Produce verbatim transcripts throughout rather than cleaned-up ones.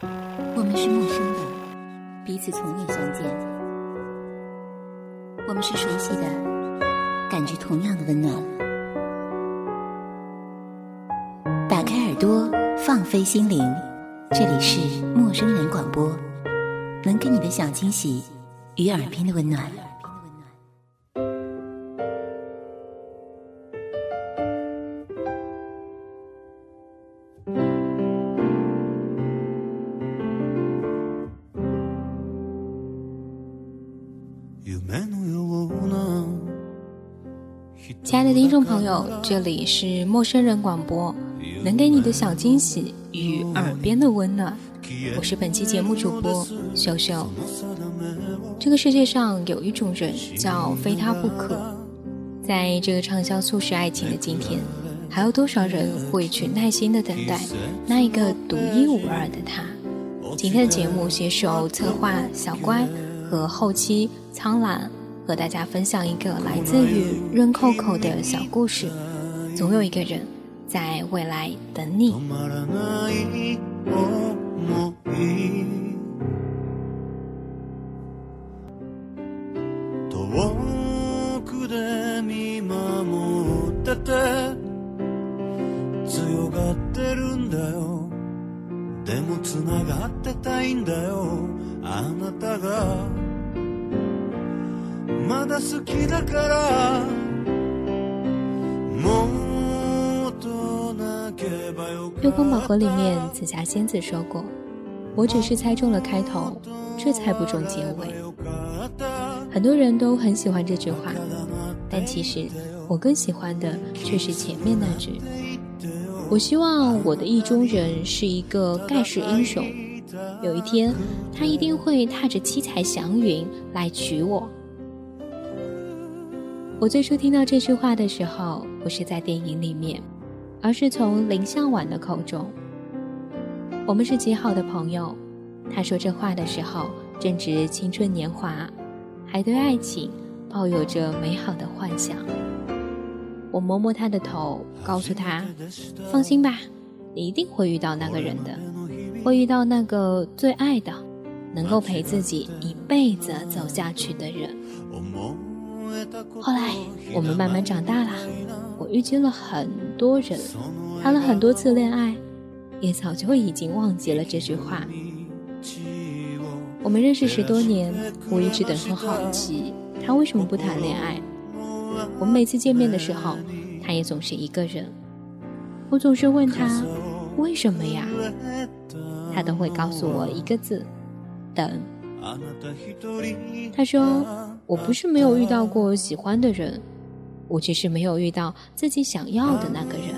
我们是陌生的，彼此从未相见。我们是熟悉的，感觉同样的温暖。打开耳朵，放飞心灵，这里是陌生人广播，能给你的小惊喜与耳边的温暖。 亲爱的听众朋友，这里是陌生人广播，能给你的小惊喜与耳边的温暖。我是本期节目主播秀秀。这个世界上有一种人叫非他不可，在这个畅销速食爱情的今天，还有多少人会去耐心的等待那一个独一无二的他？今天的节目携手策划小乖和后期苍兰，和大家分享一个来自于润扣扣的小故事。总有一个人在未来等你。 遠くで見守ってて強がってるんだよでもつながってたいんだよあなたがまだ好きだからもっと泣けばよかった。 月光宝盒里面紫霞仙子说过，我只是猜中了开头，却猜不中结尾。很多人都很喜欢这句话，但其实我更喜欢的却是前面那句。我希望我的意中人是一个盖世英雄，有一天他一定会踏着七彩祥云来娶我。我最初听到这句话的时候，不是在电影里面，而是从林向晚的口中。我们是极好的朋友，他说这话的时候正值青春年华，还对爱情抱有着美好的幻想。我摸摸他的头，告诉他，放心吧，你一定会遇到那个人的，会遇到那个最爱的，能够陪自己一辈子走下去的人。后来我们慢慢长大了，我遇见了很多人，谈了很多次恋爱，也早就已经忘记了这句话。我们认识十多年，我一直都很好奇他为什么不谈恋爱。我们每次见面的时候，他也总是一个人。我总是问他为什么呀，他都会告诉我一个字，等。他说，我不是没有遇到过喜欢的人，我只是没有遇到自己想要的那个人。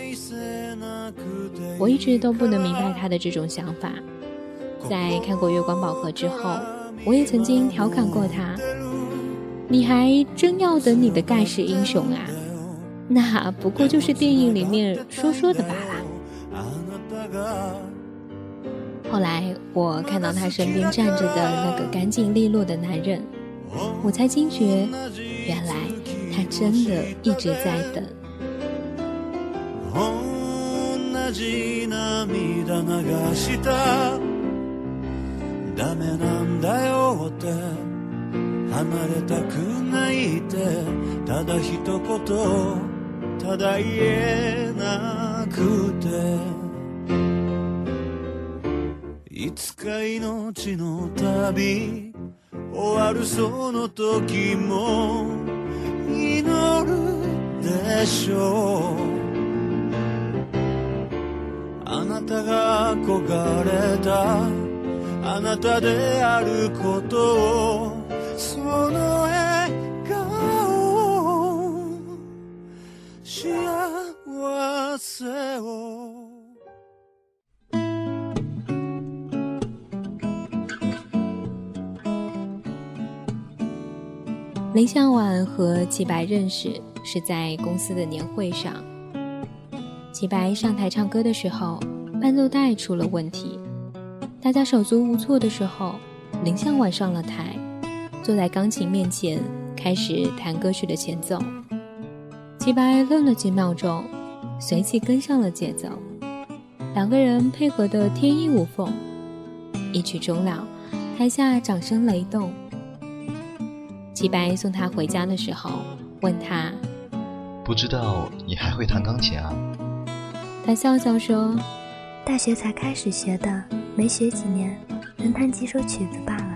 我一直都不能明白他的这种想法。在看过月光宝盒之后，我也曾经调侃过他，你还真要等你的盖世英雄啊，那不过就是电影里面说说的罢了。后来我看到他身边站着的那个干净利落的男人，我才惊觉，原来他真的一直在等。 同じ涙流したダメなんだよって離れたくないってただ一言ただ言えなくていつか命の旅終わるその時も祈るでしょうあなたが憧れたあなたであることをその笑顔幸せを林向晚和齐白认识是在公司的年会上，齐白上台唱歌的时候，伴奏带出了问题，大家手足无措的时候，林向晚上了台，坐在钢琴面前开始弹歌曲的前奏。齐白愣了几秒钟，随即跟上了节奏，两个人配合得天衣无缝， 一曲终了，台下掌声雷动。齐白送他回家的时候问他， 不知道你还会弹钢琴啊？ 他笑笑说， 大学才开始学的，没学几年，能弹几首曲子罢了。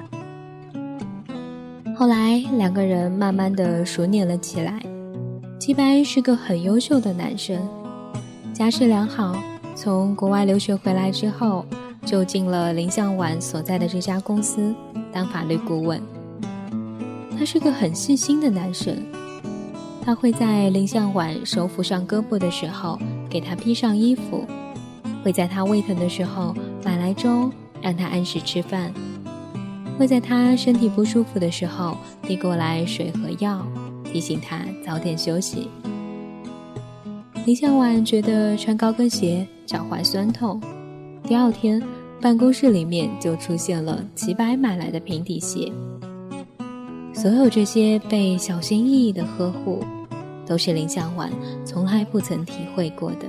后来两个人慢慢的熟稔了起来。齐白是个很优秀的男生，家世良好，从国外留学回来之后就进了林向晚所在的这家公司当法律顾问。他是个很细心的男生，他会在林向晚手扶上胳膊的时候给他披上衣服，会在他胃疼的时候买来粥让他按时吃饭，会在他身体不舒服的时候递过来水和药，提醒他早点休息。林向晚觉得穿高跟鞋脚踝酸痛，第二天办公室里面就出现了齐白买来的平底鞋。所有这些被小心翼翼的呵护，都是林向晚从来不曾体会过的。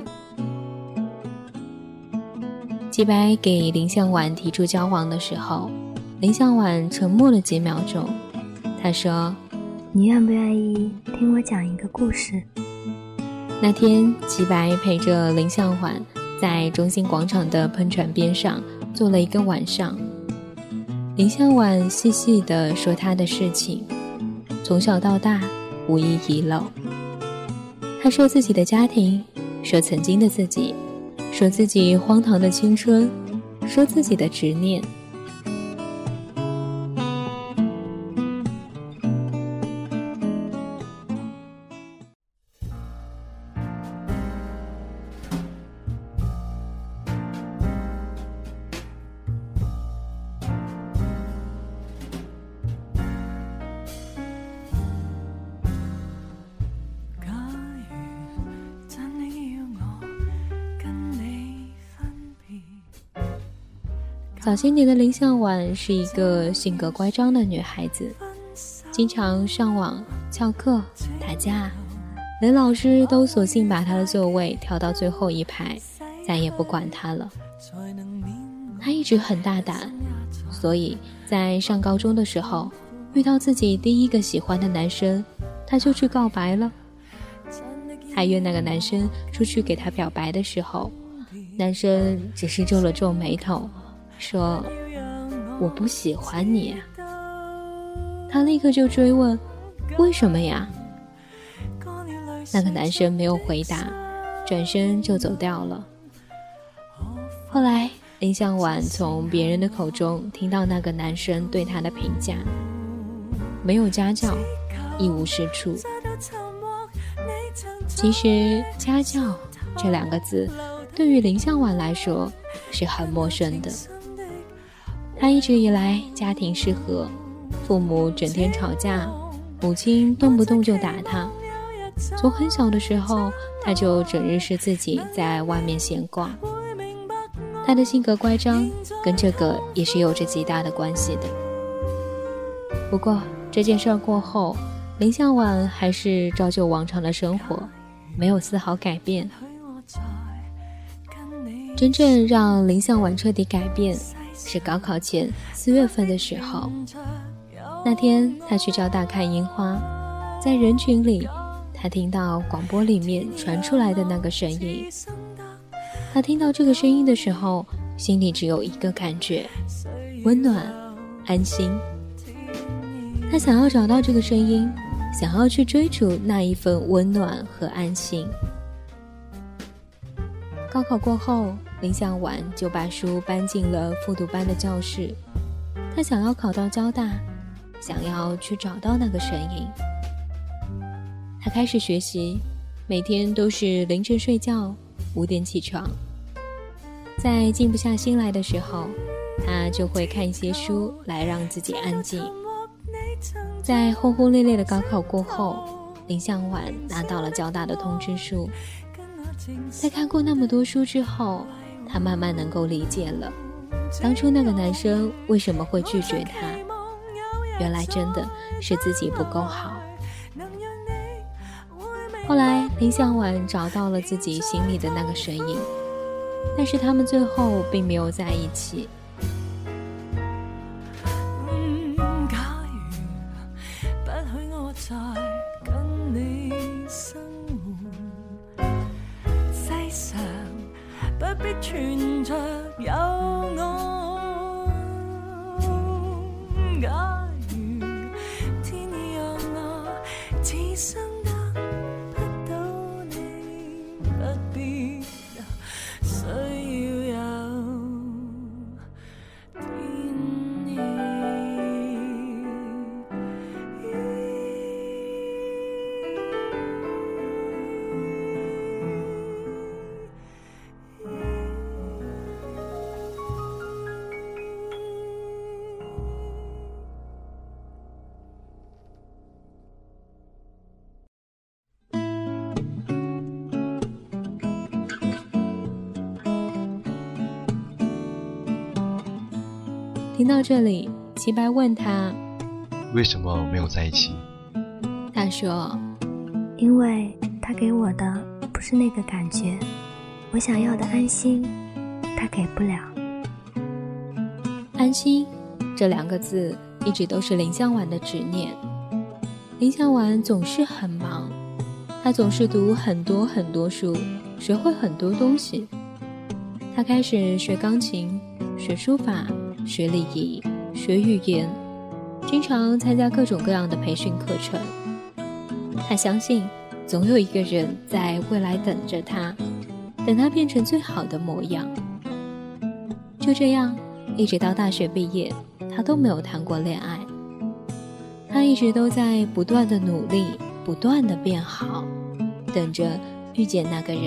齐白给林向晚提出交往的时候，林向晚沉默了几秒钟，他说， 你愿不愿意听我讲一个故事？ 那天齐白陪着林向晚在中心广场的喷泉边上坐了一个晚上。林向晚细细地说他的事情，从小到大无一遗漏。他说自己的家庭，说曾经的自己，说自己荒唐的青春，说自己的执念。早些年的林向晚是一个性格乖张的女孩子，经常上网翘课打架，连老师都索性把她的座位调到最后一排，再也不管她了。她一直很大胆，所以在上高中的时候遇到自己第一个喜欢的男生，她就去告白了。还约那个男生出去给她表白的时候，男生只是皱了皱眉头说，我不喜欢你啊。他立刻就追问，为什么呀？那个男生没有回答，转身就走掉了。后来林向晚从别人的口中听到那个男生对他的评价，没有家教，一无是处。其实家教这两个字对于林向晚来说是很陌生的。他一直以来家庭失和，父母整天吵架，母亲动不动就打他。从很小的时候，他就整日是自己在外面闲逛。他的性格乖张，跟这个也是有着极大的关系的。不过这件事儿过后，林向晚还是照旧往常的生活，没有丝毫改变。真正让林向晚彻底改变是高考前四月份的时候。那天他去交大看樱花，在人群里他听到广播里面传出来的那个声音。他听到这个声音的时候，心里只有一个感觉，温暖安心。他想要找到这个声音，想要去追逐那一份温暖和安心。高考过后，林向晚就把书搬进了复读班的教室。他想要考到交大，想要去找到那个声音。他开始学习，每天都是凌晨睡觉，五点起床。在静不下心来的时候，他就会看一些书来让自己安静。在轰轰烈烈的高考过后，林向晚拿到了交大的通知书。在看过那么多书之后，他慢慢能够理解了当初那个男生为什么会拒绝他，原来真的是自己不够好。后来林向晚找到了自己心里的那个声音，但是他们最后并没有在一起。 存着有我。假如天意讓我此生得不到你，不必需要有天意。 听到这里，齐白问他为什么没有在一起。 他说， 因为他给我的不是那个感觉，我想要的安心他给不了。 安心这两个字一直都是林向晚的执念。林向晚总是很忙，他总是读很多很多书，学会很多东西。他开始学钢琴，学书法，学礼仪，学语言，经常参加各种各样的培训课程。他相信总有一个人在未来等着他，等他变成最好的模样。就这样一直到大学毕业，他都没有谈过恋爱。他一直都在不断的努力，不断的变好，等着遇见那个人。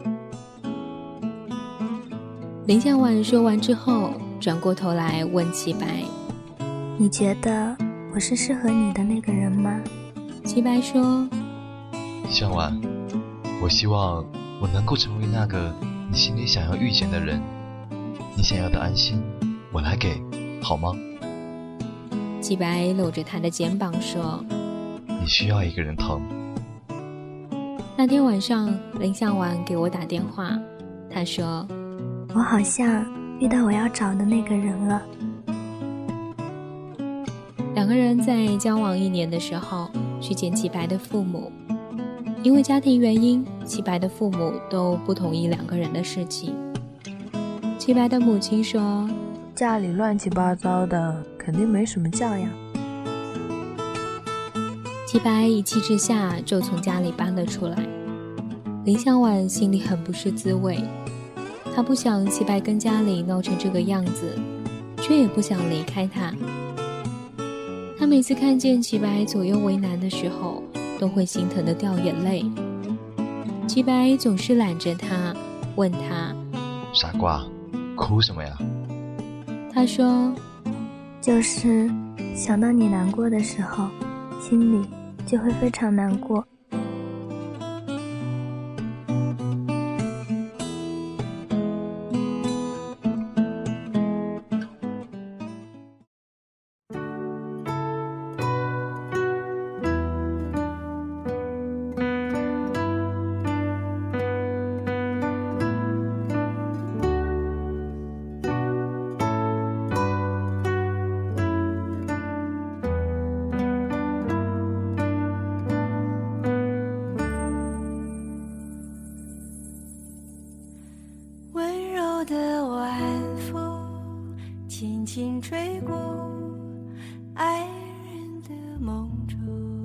林向晚说完之后，转过头来问齐白， 你觉得我是适合你的那个人吗？ 齐白说， 向晚，我希望我能够成为那个你心里想要遇见的人，你想要的安心我来给，好吗？ 齐白搂着他的肩膀说， 你需要一个人疼。 那天晚上林向晚给我打电话，他说， 我好像遇到我要找的那个人了。 两个人在交往一年的时候去见齐白的父母，因为家庭原因，齐白的父母都不同意两个人的事情。齐白的母亲说， 家里乱七八糟的，肯定没什么教养。 齐白一气之下就从家里搬了出来。林向晚心里很不是滋味，他不想齐白跟家里闹成这个样子，却也不想离开他。他每次看见齐白左右为难的时候，都会心疼的掉眼泪。齐白总是揽着他，问他， 傻瓜，哭什么呀？ 他说， 就是想到你难过的时候，心里就会非常难过。 的晚风轻轻吹过爱人的梦中，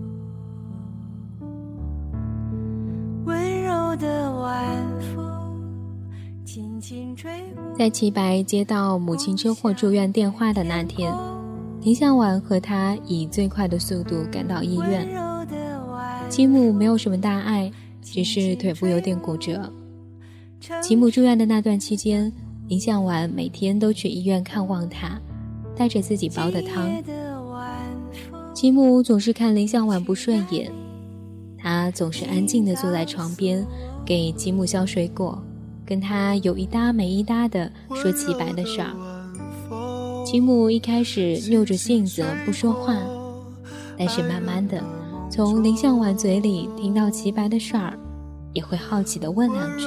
温柔的晚风轻轻吹过。 在齐白接到母亲车祸住院电话的那天，林向晚和他以最快的速度赶到医院。齐母没有什么大碍，只是腿部有点骨折。齐母住院的那段期间，林向晚每天都去医院看望她，带着自己煲的汤。齐母总是看林向晚不顺眼，她总是安静地坐在床边，给齐母削水果，跟她有一搭没一搭地说齐白的事儿。齐母一开始拗着性子不说话，但是慢慢的从林向晚嘴里听到齐白的事儿，也会好奇地问两句。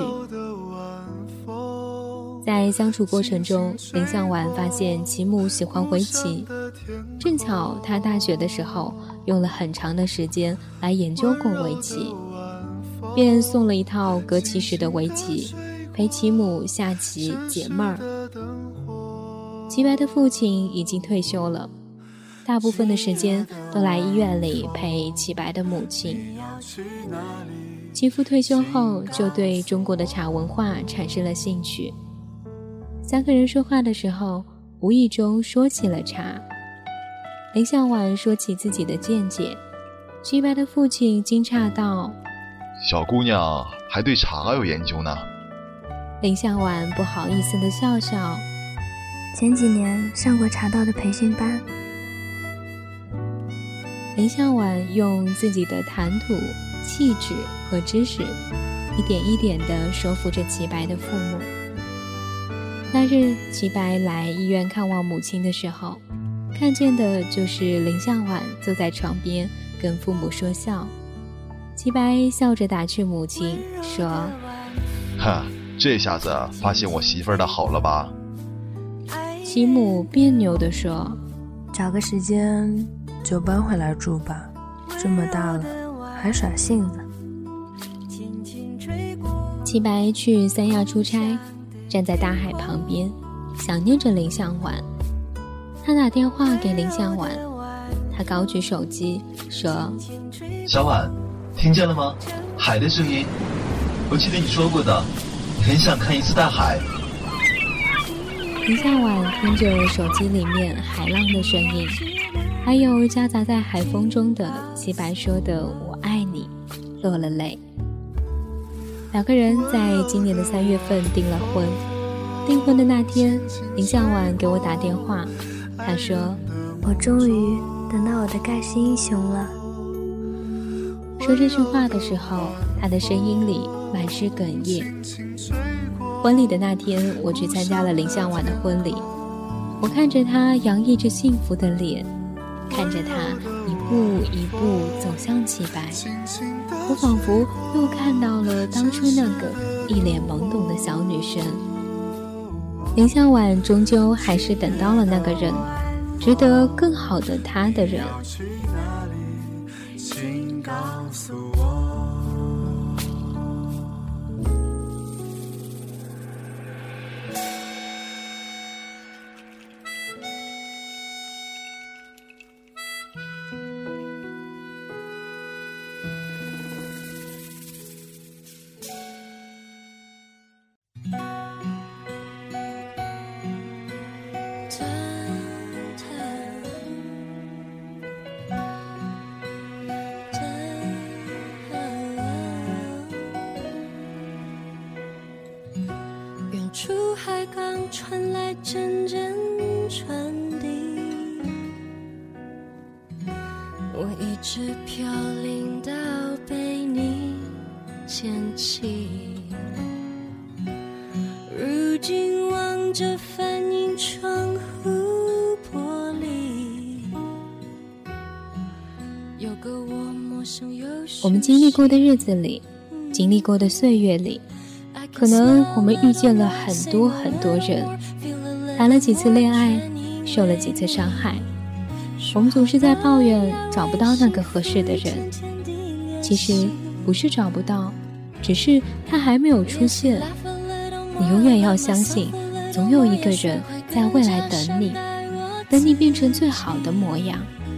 在相处过程中，林向晚发现齐母喜欢围棋，正巧他大学的时候用了很长的时间来研究过围棋，便送了一套革棋时的围棋， 陪其母下棋解闷儿。齐白的父亲已经退休了，大部分的时间都来医院里陪齐白的母亲。其父退休后就对中国的茶文化产生了兴趣。三个人说话的时候，无意中说起了茶。林向晚说起自己的见解，齐白的父亲惊诧道： 小姑娘还对茶有研究呢。 林向晚不好意思地笑笑， 前几年上过茶道的培训班。 林向晚用自己的谈吐、气质和知识，一点一点地说服着齐白的父母。那日齐白来医院看望母亲的时候，看见的就是林向晚坐在床边跟父母说笑。齐白笑着打趣母亲说： 哈，这下子发现我媳妇儿的好了吧？ 齐母别扭地说： 找个时间就搬回来住吧，这么大了还耍性子。 齐白去三亚出差，站在大海旁边，想念着林向晚。他打电话给林向晚，他高举手机说： 小婉，听见了吗？海的声音，我记得你说过的，很想看一次大海。 林向晚听着手机里面海浪的声音，还有夹杂在海风中的齐白说的我爱你，落了泪。两个人在今年的三月份订了婚。订婚的那天，林向晚给我打电话，他说： 我终于等到我的盖世英雄了。 说这句话的时候，他的声音里满是哽咽。婚礼的那天，我去参加了林向晚的婚礼。我看着他洋溢着幸福的脸，看着他一步一步走向齐白，我仿佛又看到了当初那个一脸懵懂的小女生。林向晚终究还是等到了那个人，值得更好的他的人。 请告诉我。 出海港传来阵阵传递，我一直飘零到被你捡起，如今望着反映窗户玻璃，有个我陌生又我们经历过的日子里，经历过的岁月里，可能我们遇见了很多很多人，谈了几次恋爱，受了几次伤害，我们总是在抱怨找不到那个合适的人。其实不是找不到，只是他还没有出现。你永远要相信，总有一个人在未来等你，等你变成最好的模样。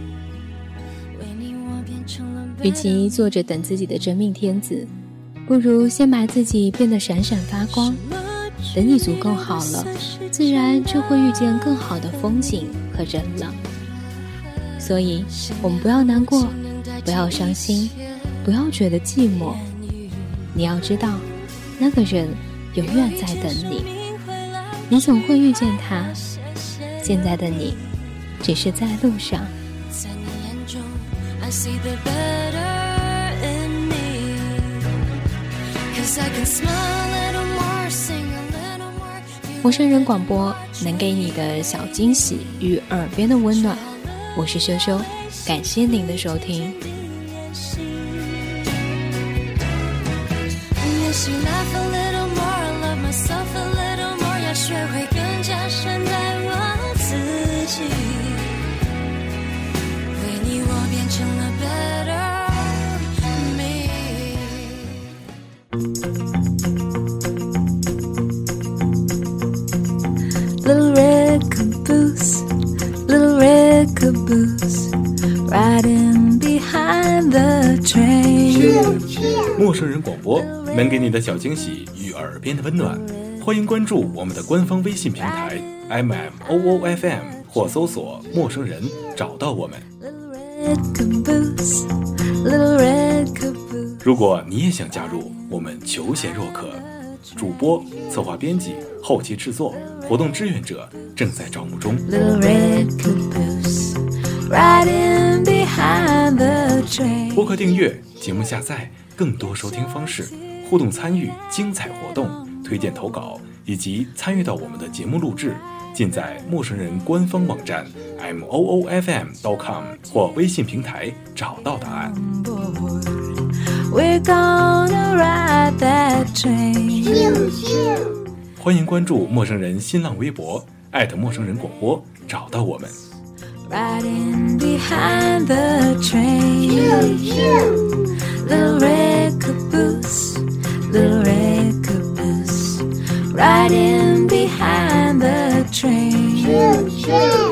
与其坐着等自己的真命天子，不如先把自己变得闪闪发光，等你足够好了，自然就会遇见更好的风景和人了。所以我们不要难过，不要伤心，不要觉得寂寞。你要知道，那个人永远在等你，你总会遇见他。现在的你只是在路上。 在你眼中 I see the better in me, 'cause I can smile a little more, sing a little more. 陌生人广播能给你的小惊喜与耳边的温暖，我是修修，感谢您的收听。 也许 laugh a little more, love myself a little more, 要学会更加善待我自己，为你我变成了 better me。 陌生人广播能给你的小惊喜与耳边的温暖。欢迎关注我们的官方微信平台 M M O O F M 或搜索陌生人找到我们。如果你也想加入，我们求贤若渴，主播、策划编辑、后期制作、活动志愿者正在招募中。播客订阅、节目下载、更多收听方式、互动参与、精彩活动、推荐投稿以及参与到我们的节目录制，尽在陌生人官方网站 M O O F M dot com 或微信平台找到答案。欢迎关注陌生人新浪微博艾特陌生人广播，找到我们。Riding behind the train, little red caboose, little red caboose, riding behind the train.